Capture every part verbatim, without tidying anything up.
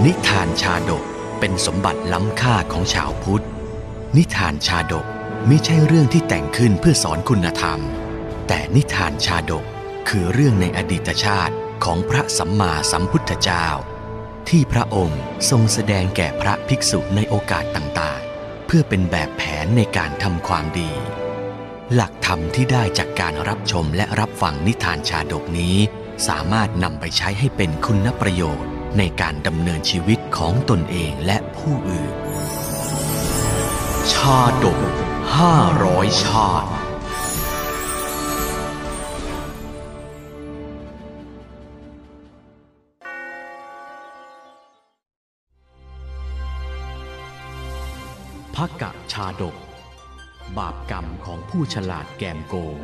นิทานชาดกเป็นสมบัติล้ำค่าของชาวพุทธนิทานชาดกไม่ใช่เรื่องที่แต่งขึ้นเพื่อสอนคุณธรรมแต่นิทานชาดกคือเรื่องในอดีตชาติของพระสัมมาสัมพุทธเจ้าที่พระองค์ทรงแสดงแก่พระภิกษุในโอกาสต่างๆเพื่อเป็นแบบแผนในการทำความดีหลักธรรมที่ได้จากการรับชมและรับฟังนิทานชาดกนี้สามารถนำไปใช้ให้เป็นคุณประโยชน์ในการดำเนินชีวิตของตนเองและผู้อื่นชาดกห้าร้อยชาติภกชาดกบาปกรรมของผู้ฉลาดแกมโกง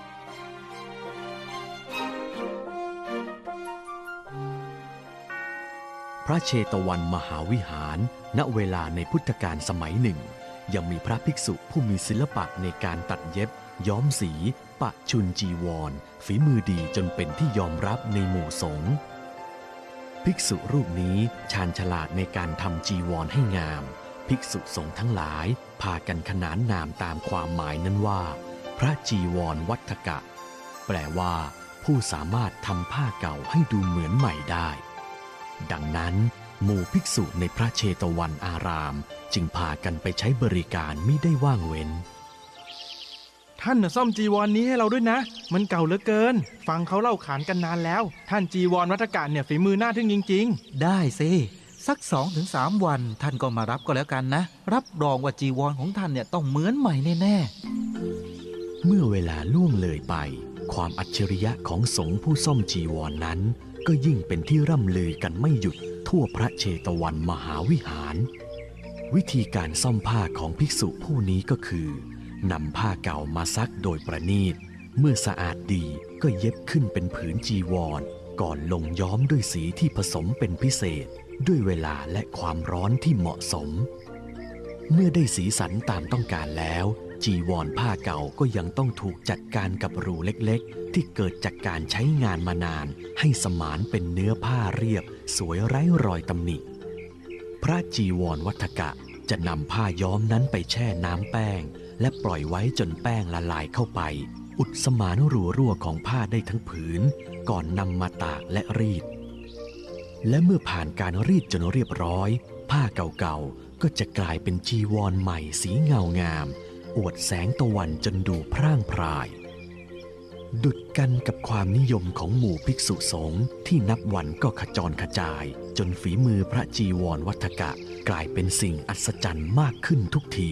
พระเชตวันมหาวิหารณเวลาในพุทธกาลสมัยหนึ่งยังมีพระภิกษุผู้มีศิลปะในการตัดเย็บย้อมสีปะชุนจีวรฝีมือดีจนเป็นที่ยอมรับในหมู่สงฆ์ภิกษุรูปนี้ชาญฉลาดในการทำจีวรให้งามภิกษุสงฆ์ทั้งหลายพากันขนานนามตามความหมายนั้นว่าพระจีวรวัฏกะแปลว่าผู้สามารถทำผ้าเก่าให้ดูเหมือนใหม่ได้ดังนั้นหมู่ภิกษุในพระเชตวันอารามจึงพากันไปใช้บริการมิได้ว่างเว้นท่านซ่อมจีวร น, นี้ให้เราด้วยนะมันเก่าเหลือเกินฟังเขาเล่าขานกันนานแล้วท่านจีวรวัฏกะเนี่ยฝีมือน่าทึ่งจริงๆได้สิสัก สองถึงสาม วันท่านก็มารับก็แล้วกันนะรับรองว่าจีวรของท่านเนี่ยต้องเหมือนใหม่แน่ๆเมื่อเวลาล่วงเลยไปความอัจฉริยะของสงฆ์ผู้ซ่อมจีวร น, นั้นก็ยิ่งเป็นที่ร่ำลือกันไม่หยุดทั่วพระเชตวันมหาวิหารวิธีการซ่อมผ้าของภิกษุผู้นี้ก็คือนำผ้าเก่ามาซักโดยประณีตเมื่อสะอาดดีก็เย็บขึ้นเป็นผืนจีวรก่อนลงย้อมด้วยสีที่ผสมเป็นพิเศษด้วยเวลาและความร้อนที่เหมาะสมเมื่อได้สีสันตามต้องการแล้วจีวรผ้าเก่าก็ยังต้องถูกจัดการกับรูเล็กๆที่เกิดจากการใช้งานมานานให้สมานเป็นเนื้อผ้าเรียบสวยไร้รอยตำหนิพระจีวรวัฏกะจะนำผ้าย้อมนั้นไปแช่น้ำแป้งและปล่อยไว้จนแป้งละลายเข้าไปอุดสมานรูรั่วของผ้าได้ทั้งผืนก่อนนำมาตากและรีดและเมื่อผ่านการรีดจนเรียบร้อยผ้าเก่าๆก็จะกลายเป็นจีวรใหม่สีเงางามอวดแสงตะวันจนดูพร่างพรายดุจกันกับความนิยมของหมู่ภิกษุสงฆ์ที่นับวันก็ขจรขจายจนฝีมือพระจีวรวัฏกะกลายเป็นสิ่งอัศจรรย์มากขึ้นทุกที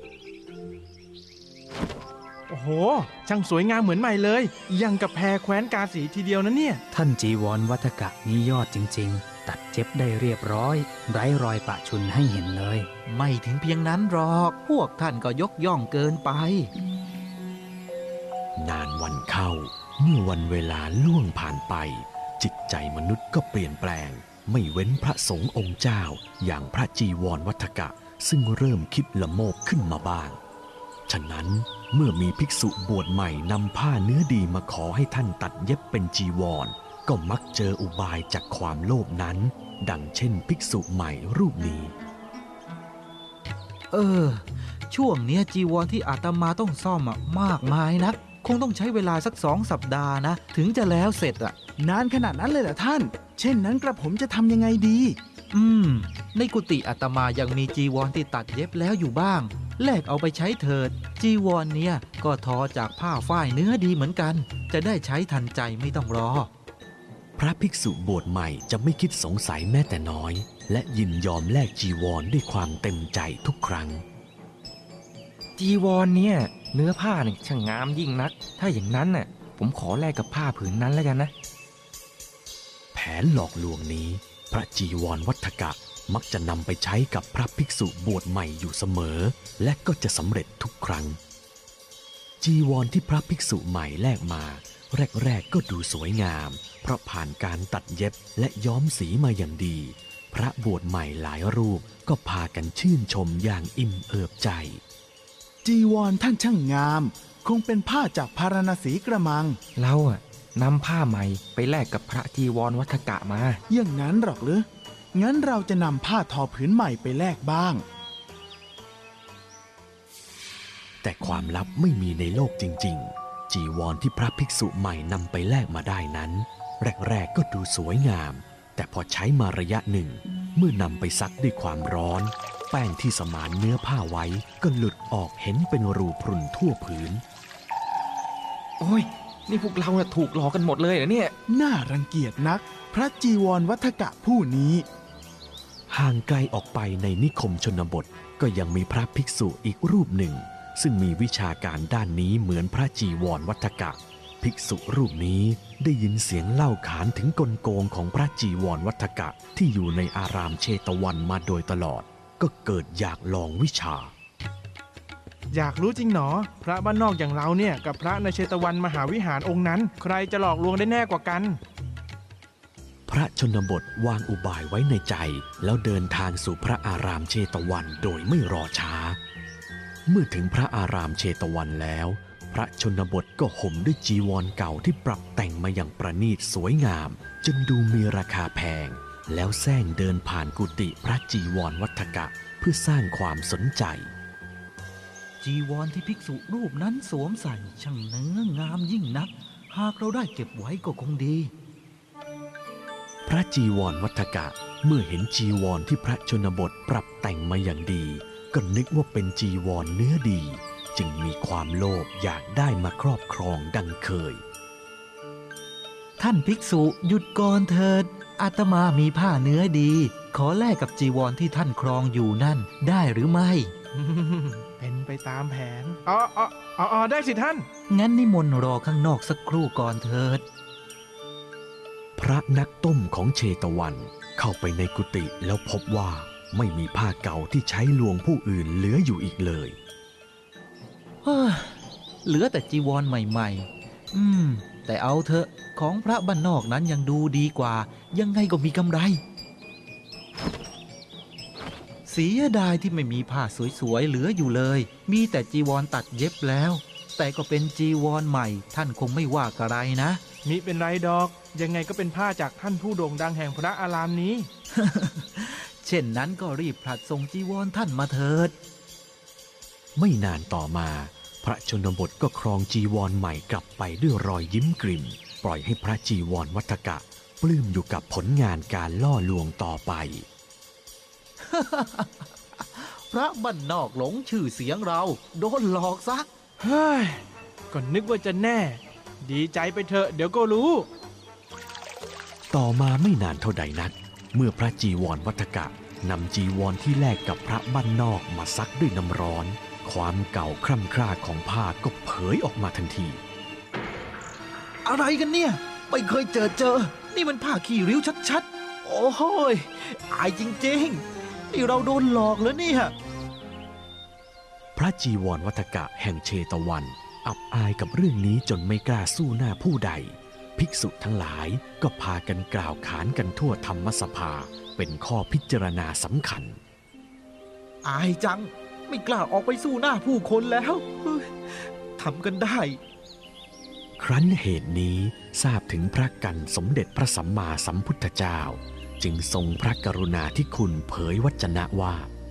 โอ้โหช่างสวยงามเหมือนใหม่เลยยังกับแพรแคว้นกาสีทีเดียวนะเนี่ยท่านจีวรวัฏกะนี่ยอดจริงๆตัดเจ็บได้เรียบร้อยไร้รอยปะชุนให้เห็นเลยไม่ถึงเพียงนั้นหรอกพวกท่านก็ยกย่องเกินไปนานวันเข้าเมื่อวันเวลาล่วงผ่านไปจิตใจมนุษย์ก็เปลี่ยนแปลงไม่เว้นพระสงฆ์องค์เจ้าอย่างพระจีวรวัฏกะซึ่งเริ่มคิดละโมบขึ้นมาบ้างฉะนั้นเมื่อมีภิกษุบวชใหม่นำผ้าเนื้อดีมาขอให้ท่านตัดเย็บเป็นจีวรก็มักเจออุบายจากความโลภนั้นดังเช่นภิกษุใหม่รูปนี้เออช่วงนี้จีวรที่อาตมาต้องซ่อมอะมากมายนักคงต้องใช้เวลาสักสองสัปดาห์นะถึงจะแล้วเสร็จอะนานขนาดนั้นเลยเหรอท่านเช่นนั้นกระผมจะทำยังไงดีอืมในกุฏิอาตมายังมีจีวรที่ตัดเย็บแล้วอยู่บ้างแลกเอาไปใช้เถิดจีวรเนี่ยก็ทอจากผ้าฝ้ายเนื้อดีเหมือนกันจะได้ใช้ทันใจไม่ต้องรอพระภิกษุบวชใหม่จะไม่คิดสงสัยแม้แต่น้อยและยินยอมแลกจีวรด้วยความเต็มใจทุกครั้งจีวรเนี่ยเนื้อผ้าเนี่ยช่างงามยิ่งนักถ้าอย่างนั้นน่ะผมขอแลกกับผ้าผืนนั้นแล้วกันนะแผนหลอกลวงนี้พระจีวรวัฏกะมักจะนำไปใช้กับพระภิกษุบวชใหม่อยู่เสมอและก็จะสำเร็จทุกครั้งจีวรที่พระภิกษุใหม่แลกมาแรกๆก็ดูสวยงามเพราะผ่านการตัดเย็บและย้อมสีมาอย่างดีพระบวชใหม่หลายรูปก็พากันชื่นชมอย่างอิ่มเอิบใจจีวรท่านช่างงามคงเป็นผ้าจากพาราณสีกระมังเราอะนำผ้าใหม่ไปแลกกับพระจีวรวัฏกะมาอย่างนั้นหรอกหรืองั้นเราจะนำผ้าทอผืนใหม่ไปแลกบ้างแต่ความลับไม่มีในโลกจริงๆจีวรที่พระภิกษุใหม่นำไปแลกมาได้นั้นแรกๆก็ดูสวยงามแต่พอใช้มาระยะหนึ่งเมื่อนำไปซักด้วยความร้อนแป้งที่สมานเนื้อผ้าไว้ก็หลุดออกเห็นเป็นรูพรุนทั่วผืนโอ้ยนี่พวกเราน่ะถูกหลอกกันหมดเลยเหรอเนี่ยน่ารังเกียจนักพระจีวรวัฏกะผู้นี้ห่างไกลออกไปในนิคมชนบทก็ยังมีพระภิกษุอีกรูปหนึ่งซึ่งมีวิชาการด้านนี้เหมือนพระจีวรวัฏกะภิกษุรูปนี้ได้ยินเสียงเล่าขานถึงกลโกงของพระจีวรวัฏกะที่อยู่ในอารามเชตวันมาโดยตลอดก็เกิดอยากลองวิชาอยากรู้จริงหนอพระบ้านนอกอย่างเราเนี่ยกับพระในเชตวันมหาวิหารองค์นั้นใครจะหลอกลวงได้แน่กว่ากันพระชนบทวางอุบายไว้ในใจแล้วเดินทางสู่พระอารามเชตวันโดยไม่รอช้าเมื่อถึงพระอารามเชตวันแล้วพระชนบทก็ห่มด้วยจีวรเก่าที่ปรับแต่งมาอย่างประณีตสวยงามจนดูมีราคาแพงแล้วแซงเดินผ่านกุฏิพระจีวรวัฏกะเพื่อสร้างความสนใจจีวรที่ภิกษุรูปนั้นสวมใส่ช่างเนื้องามยิ่งนักหากเราได้เก็บไว้ก็คงดีพระจีวรวัฏกะเมื่อเห็นจีวรที่พระชนบทปรับแต่งมาอย่างดีก็นึกว่าเป็นจีวรเนื้อดีจึงมีความโลภอยากได้มาครอบครองดังเคยท่านภิกษุหยุดก่อนเถิดอาตมามีผ้าเนื้อดีขอแลกกับจีวรที่ท่านครองอยู่นั่นได้หรือไม่เป็นไปตามแผนอ๋ออ๋ออ๋อได้สิท่านงั้นนิมนต์รอข้างนอกสักครู่ก่อนเถิดพระนักต้มของเชตวันเข้าไปในกุฏิแล้วพบว่าไม่มีผ้าเก่าที่ใช้ลวงผู้อื่นเหลืออยู่อีกเลยเหลือแต่จีวรใหม่ๆอืมแต่เอาเถอะของพระบ้านนอกนั้นยังดูดีกว่ายังไงก็มีกำไรเสียดายที่ไม่มีผ้าสวยๆเหลืออยู่เลยมีแต่จีวรตัดเย็บแล้วแต่ก็เป็นจีวรใหม่ท่านคงไม่ว่าอะไรนะมิเป็นไรดอกยังไงก็เป็นผ้าจากท่านผู้โด่งดังแห่งพระอารามนี้เช่นนั้นก็รีบผลัดส่งจีวรท่านมาเถิดไม่นานต่อมาพระชนบทก็ครองจีวรใหม่กลับไปด้วยรอยยิ้มกริ่มปล่อยให้พระจีวรวัฏกะปลื้มอยู่กับผลงานการล่อลวงต่อไปพระบ้านนอกหลงชื่อเสียงเราโดนหลอกซะเฮ้ยก็นึกว่าจะแน่ดีใจไปเถอะเดี๋ยวก็รู้ต่อมาไม่นานเท่าใดนักเมื่อพระจีวรวัฏกะนำจีวรที่แลกกับพระบ้านนอกมาซักด้วยน้ำร้อนความเก่าคร่ำคร่าของผ้าก็เผยออกมาทันทีอะไรกันเนี่ยไม่เคยเจอเจอนี่มันผ้าขี้ริ้วชัดๆโอ้โหอายจริงๆนี่เราโดนหลอกแล้วเนี่ยพระจีวรวัฏกะแห่งเชตวันอับอายกับเรื่องนี้จนไม่กล้าสู้หน้าผู้ใดภิกษุทั้งหลายก็พากันกล่าวขานกันทั่วธรรมสภาเป็นข้อพิจารณาสำคัญอายจังไม่กล้าออกไปสู้หน้าผู้คนแล้วทำกันได้ครั้นเหตุนี้ทราบถึงพระกันสมเด็จพระสัมมาสัมพุทธเจ้าจึงทรงพระกรุณาธิคุณเผยวจนะว่า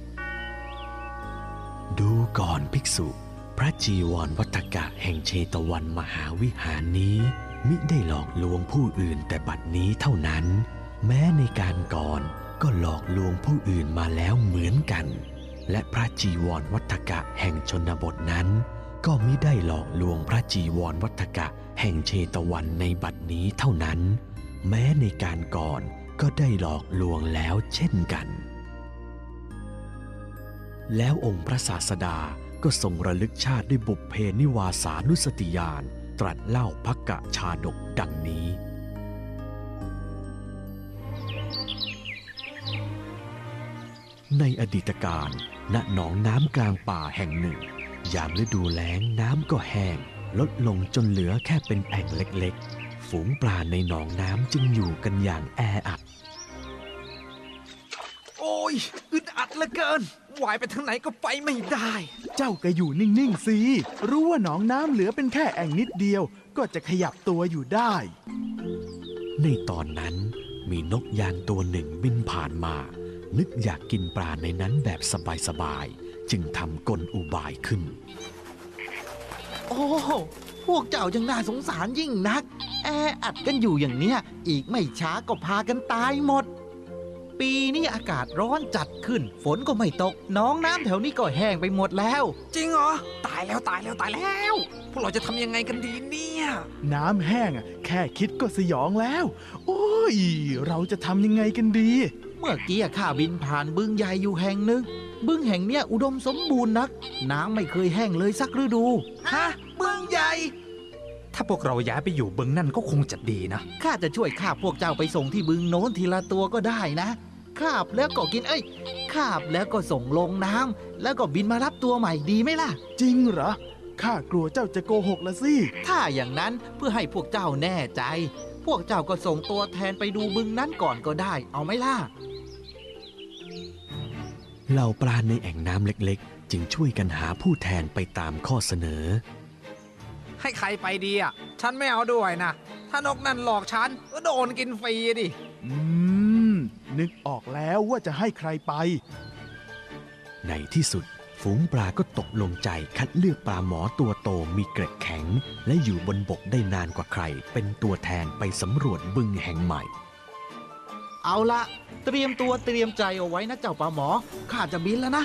ดูก่อนภิกษุพระจีวรวัฏกะแห่งเชตวันมหาวิหารนี้มิได้หลอกลวงผู้อื่นแต่บัดนี้เท่านั้นแม้ในการก่อนก็หลอกลวงผู้อื่นมาแล้วเหมือนกันและพระจีวรวัฏกะแห่งชนบทนั้นก็มิได้หลอกลวงพระจีวรวัฏกะแห่งเชตวันในบัดนี้เท่านั้นแม้ในการก่อนก็ได้หลอกลวงแล้วเช่นกันแล้วองค์พระศาสดาก็ทรงระลึกชาติด้วยบุพเพนิวาสานุสติญาณตรัสเล่าภักกะชาดกดังนี้ในอดีตการณหนองน้ำกลางป่าแห่งหนึ่งยามฤดูแล้งน้ำก็แห้งลดลงจนเหลือแค่เป็นแอ่งเล็กๆฝูงปลาในหนองน้ำจึงอยู่กันอย่างแออัดโอ้ยอึดอัดเหลือเกินว่ายไปทางไหนก็ไปไม่ได้เจ้าก็อยู่นิ่งๆสิรู้ว่าหนองน้ำเหลือเป็นแค่แอ่งนิดเดียวก็จะขยับตัวอยู่ได้ในตอนนั้นมีนกยางตัวหนึ่งบินผ่านมานึกอยากกินปลาในนั้นแบบสบายๆจึงทำกลอุบายขึ้นโอ้พวกเจ้ายังน่าสงสารยิ่งนักแออัดกันอยู่อย่างเนี้ยอีกไม่ช้าก็พากันตายหมดปีนี้อากาศร้อนจัดขึ้นฝนก็ไม่ตกน้องน้ำแถวนี้ก็แห้งไปหมดแล้วจริงเหรอตายแล้วตายแล้วตายแล้วพวกเราจะทำยังไงกันดีเนี่ยน้ำแห้งอ่ะแค่คิดก็สยองแล้วโอ้ยเราจะทำยังไงกันดีเมื่อกี้ข้าบินผ่านบึงใหญ่อยู่แห่งหนึ่งบึงแห่งเนี้ยอุดมสมบูรณ์นักน้ำไม่เคยแห้งเลยสักฤดูฮะบึงใหญ่ถ้าพวกเราย้ายไปอยู่บึงนั่นก็คงจะดีนะข้าจะช่วยข้าพวกเจ้าไปส่งที่บึงโน้นทีละตัวก็ได้นะคาบแล้วก็กินเอ้ยคาบแล้วก็ส่งลงน้ำแล้วก็บินมารับตัวใหม่ดีไหมล่ะจริงเหรอข้ากลัวเจ้าจะโกหกละสิถ้าอย่างนั้นเพื่อให้พวกเจ้าแน่ใจพวกเจ้าก็ส่งตัวแทนไปดูบึงนั้นก่อนก็ได้เอาไหมล่ะเหล่าปลาในแอ่งน้ำเล็กๆจึงช่วยกันหาผู้แทนไปตามข้อเสนอให้ใครไปดีอ่ะฉันไม่เอาด้วยนะถ้านกนั่นหลอกฉันก็โดนกินฟรีดิอืมนึกออกแล้วว่าจะให้ใครไปในที่สุดฝูงปลาก็ตกลงใจคัดเลือกปลาหมอตัวโตมีเกล็ดแข็งและอยู่บนบกได้นานกว่าใครเป็นตัวแทนไปสำรวจบึงแห่งใหม่เอาละเตรียมตัวเตรียมใจเอาไว้นะเจ้าปลาหมอข้าจะบินแล้วนะ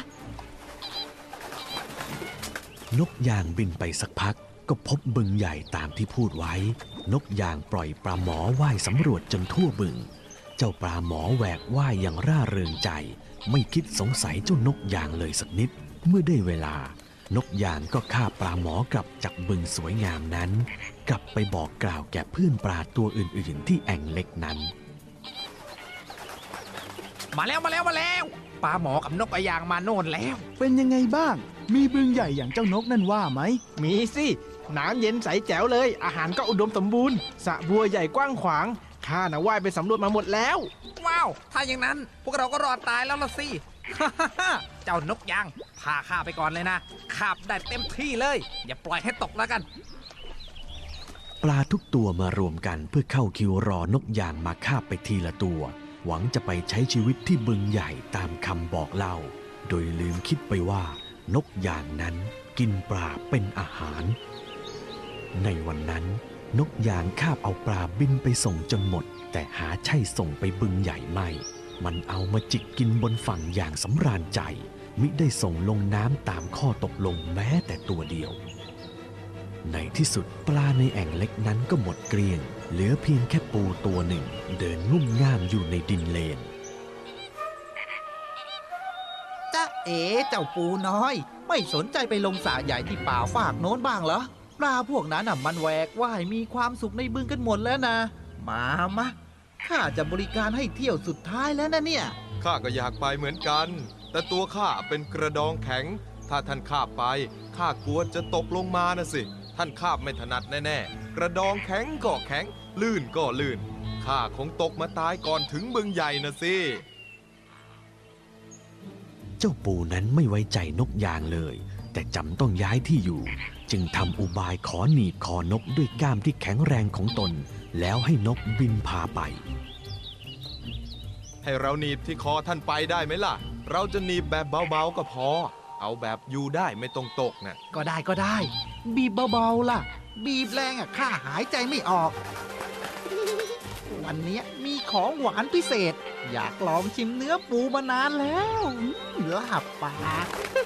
นกยางบินไปสักพักก็พบบึงใหญ่ตามที่พูดไว้นกยางปล่อยปลาหมอว่ายสำรวจจนทั่วบึงเจ้าปลาหมอแหวกว่ายอย่างร่าเริงใจไม่คิดสงสัยเจ้านกยางเลยสักนิดเมื่อได้เวลานกยางก็ฆ่าปลาหมอกลับจากบึงสวยงามนั้นกลับไปบอกกล่าวแก่เพื่อนปลาตัวอื่นๆที่แอ่งเล็กนั้นมาแล้วมาแล้วมาแล้วปลาหมอกับนกกระยางมาโน่นแล้วเป็นยังไงบ้างมีบึงใหญ่อย่างเจ้านกนั่นว่าไหมมีสิน้ำเย็นใสแจ๋วเลยอาหารก็อุดมสมบูรณ์สระบัวใหญ่กว้างขวางข้าน่ะว่ายไปสำรวจมาหมดแล้วว้าวถ้าอย่างนั้นพวกเราก็รอดตายแล้วล่ะสิ เจ้านกยางพาข้าไปก่อนเลยนะขับได้เต็มที่เลยอย่าปล่อยให้ตกแล้วกันปลาทุกตัวมารวมกันเพื่อเข้าคิวรอนกยางมาคาบไปทีละตัวหวังจะไปใช้ชีวิตที่บึงใหญ่ตามคำบอกเล่าโดยลืมคิดไปว่านกยางนั้นกินปลาเป็นอาหารในวันนั้นนกยางคาบเอาปลาบินไปส่งจนหมดแต่หาใช่ส่งไปบึงใหญ่ไม่มันเอามาจิกกินบนฝั่งอย่างสำราญใจมิได้ส่งลงน้ำตามข้อตกลงแม้แต่ตัวเดียวในที่สุดปลาในแอ่งเล็กนั้นก็หมดเกลี้ยงเหลือเพียงแค่ปูตัวหนึ่งเดินงุ่มง่ามอยู่ในดินเลนจ๊ะเอ๋เจ้าปูน้อยไม่สนใจไปลงสระใหญ่ที่ป่าฝากโน้นบ้างเหรอปลาพวกนั้นน่ะมันแหวกว่ายมีความสุขในบึงกันหมดแล้วนะมามะข้าจะบริการให้เที่ยวสุดท้ายแล้วนะเนี่ยข้าก็อยากไปเหมือนกันแต่ตัวข้าเป็นกระดองแข็งถ้าท่านข้าไปข้ากลัวจะตกลงมานะสิท่านข้าไม่ถนัดแน่ๆกระดองแข็งก็แข็งลื่นก็ลื่นข้าคงตกมาตายก่อนถึงบึงใหญ่นะสิเจ้าปูนั้นไม่ไว้ใจนกยางเลยแต่จำต้องย้ายที่อยู่จึงทำอุบายขอหนีบคอนกด้วยก้ามที่แข็งแรงของตนแล้วให้นกบินพาไปให้เราหนีบที่คอท่านไปได้ไหมล่ะเราจะหนีบแบบเบาๆก็พอเอาแบบอยู่ได้ไม่ต้องตกนะก็ได้ก็ได้บีบเบาๆล่ะบีบแรงอ่ะข้าหายใจไม่ออกวันนี้มีของหวานพิเศษอยากลองชิมเนื้อปูมานานแล้วลาบปาก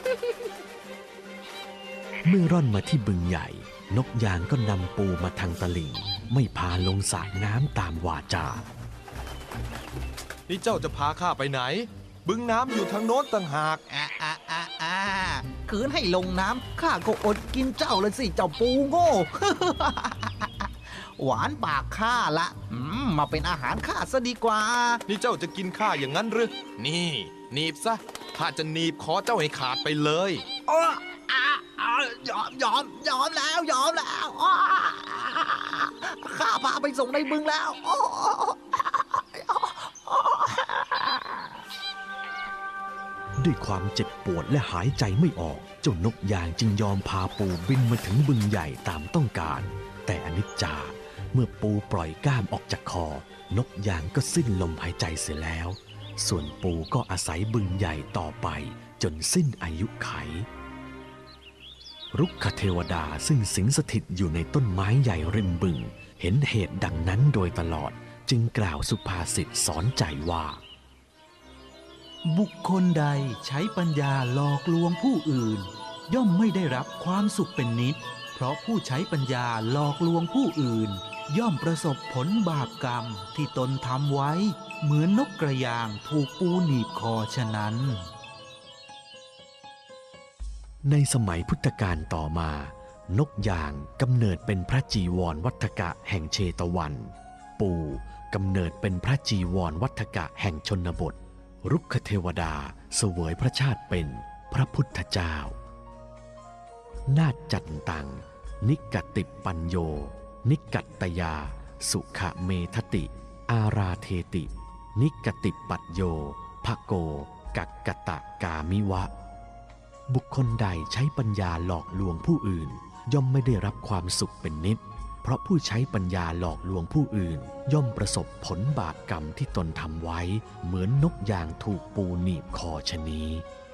เมื่อร่อนมาที่บึงใหญ่นกยางก็นำปูมาทางตลิ่งไม่พาลงสระน้ำตามวาจานี่เจ้าจะพาข้าไปไหนบึงน้ำอยู่ทางโน้นต่างหากอ่าอ่าอ่าอ่าคืนให้ลงน้ำข้าก็อดกินเจ้าเลยสิเจ้าปูโง่ หวานปากข้าละมาเป็นอาหารข้าซะดีกว่านี่เจ้าจะกินข้าอย่างนั้นหรือนี่หนีบซะข้าจะหนีบคอเจ้าให้ขาดไปเลยอ๋อยอมยอมยอมแล้วยอมแล้วข้าพาไปส่งในบึงแล้วด้วยความเจ็บปวดและหายใจไม่ออกเจ้านกยางจึงยอมพาปูบินมาถึงบึงใหญ่ตามต้องการแต่อนิจจาเมื่อปูปล่อยก้ามออกจากคอนกยางก็สิ้นลมหายใจเสียแล้วส่วนปูก็อาศัยบึงใหญ่ต่อไปจนสิ้นอายุไขรุกขเทวดาซึ่งสิงสถิตอยู่ในต้นไม้ใหญ่ริมบึงเห็นเหตุดังนั้นโดยตลอดจึงกล่าวสุภาษิตสอนใจว่าบุคคลใดใช้ปัญญาหลอกลวงผู้อื่นย่อมไม่ได้รับความสุขเป็นนิจเพราะผู้ใช้ปัญญาหลอกลวงผู้อื่นย่อมประสบผลบาปกรรมที่ตนทำไว้เหมือนนกกระยางถูกปูหนีบคอฉะนั้นในสมัยพุทธกาลต่อมานกยางกำเนิดเป็นพระจีวรวัฏกะแห่งเชตวันปูกำเนิดเป็นพระจีวรวัฏกะแห่งชนบทรุกขเทวดาเสวยพระชาติเป็นพระพุทธเจ้านาฏจันตังนิกติปัญโยนิกัตตยาสุขเมทติอาราเทตินิกติปัตโยภโกกักกตะกามิวะบุคคลใดใช้ปัญญาหลอกลวงผู้อื่นย่อมไม่ได้รับความสุขเป็นนิจเพราะผู้ใช้ปัญญาหลอกลวงผู้อื่นย่อมประสบผลบาปกรรมที่ตนทำไว้เหมือนนกยางถูกปูหนีบคอชะนี้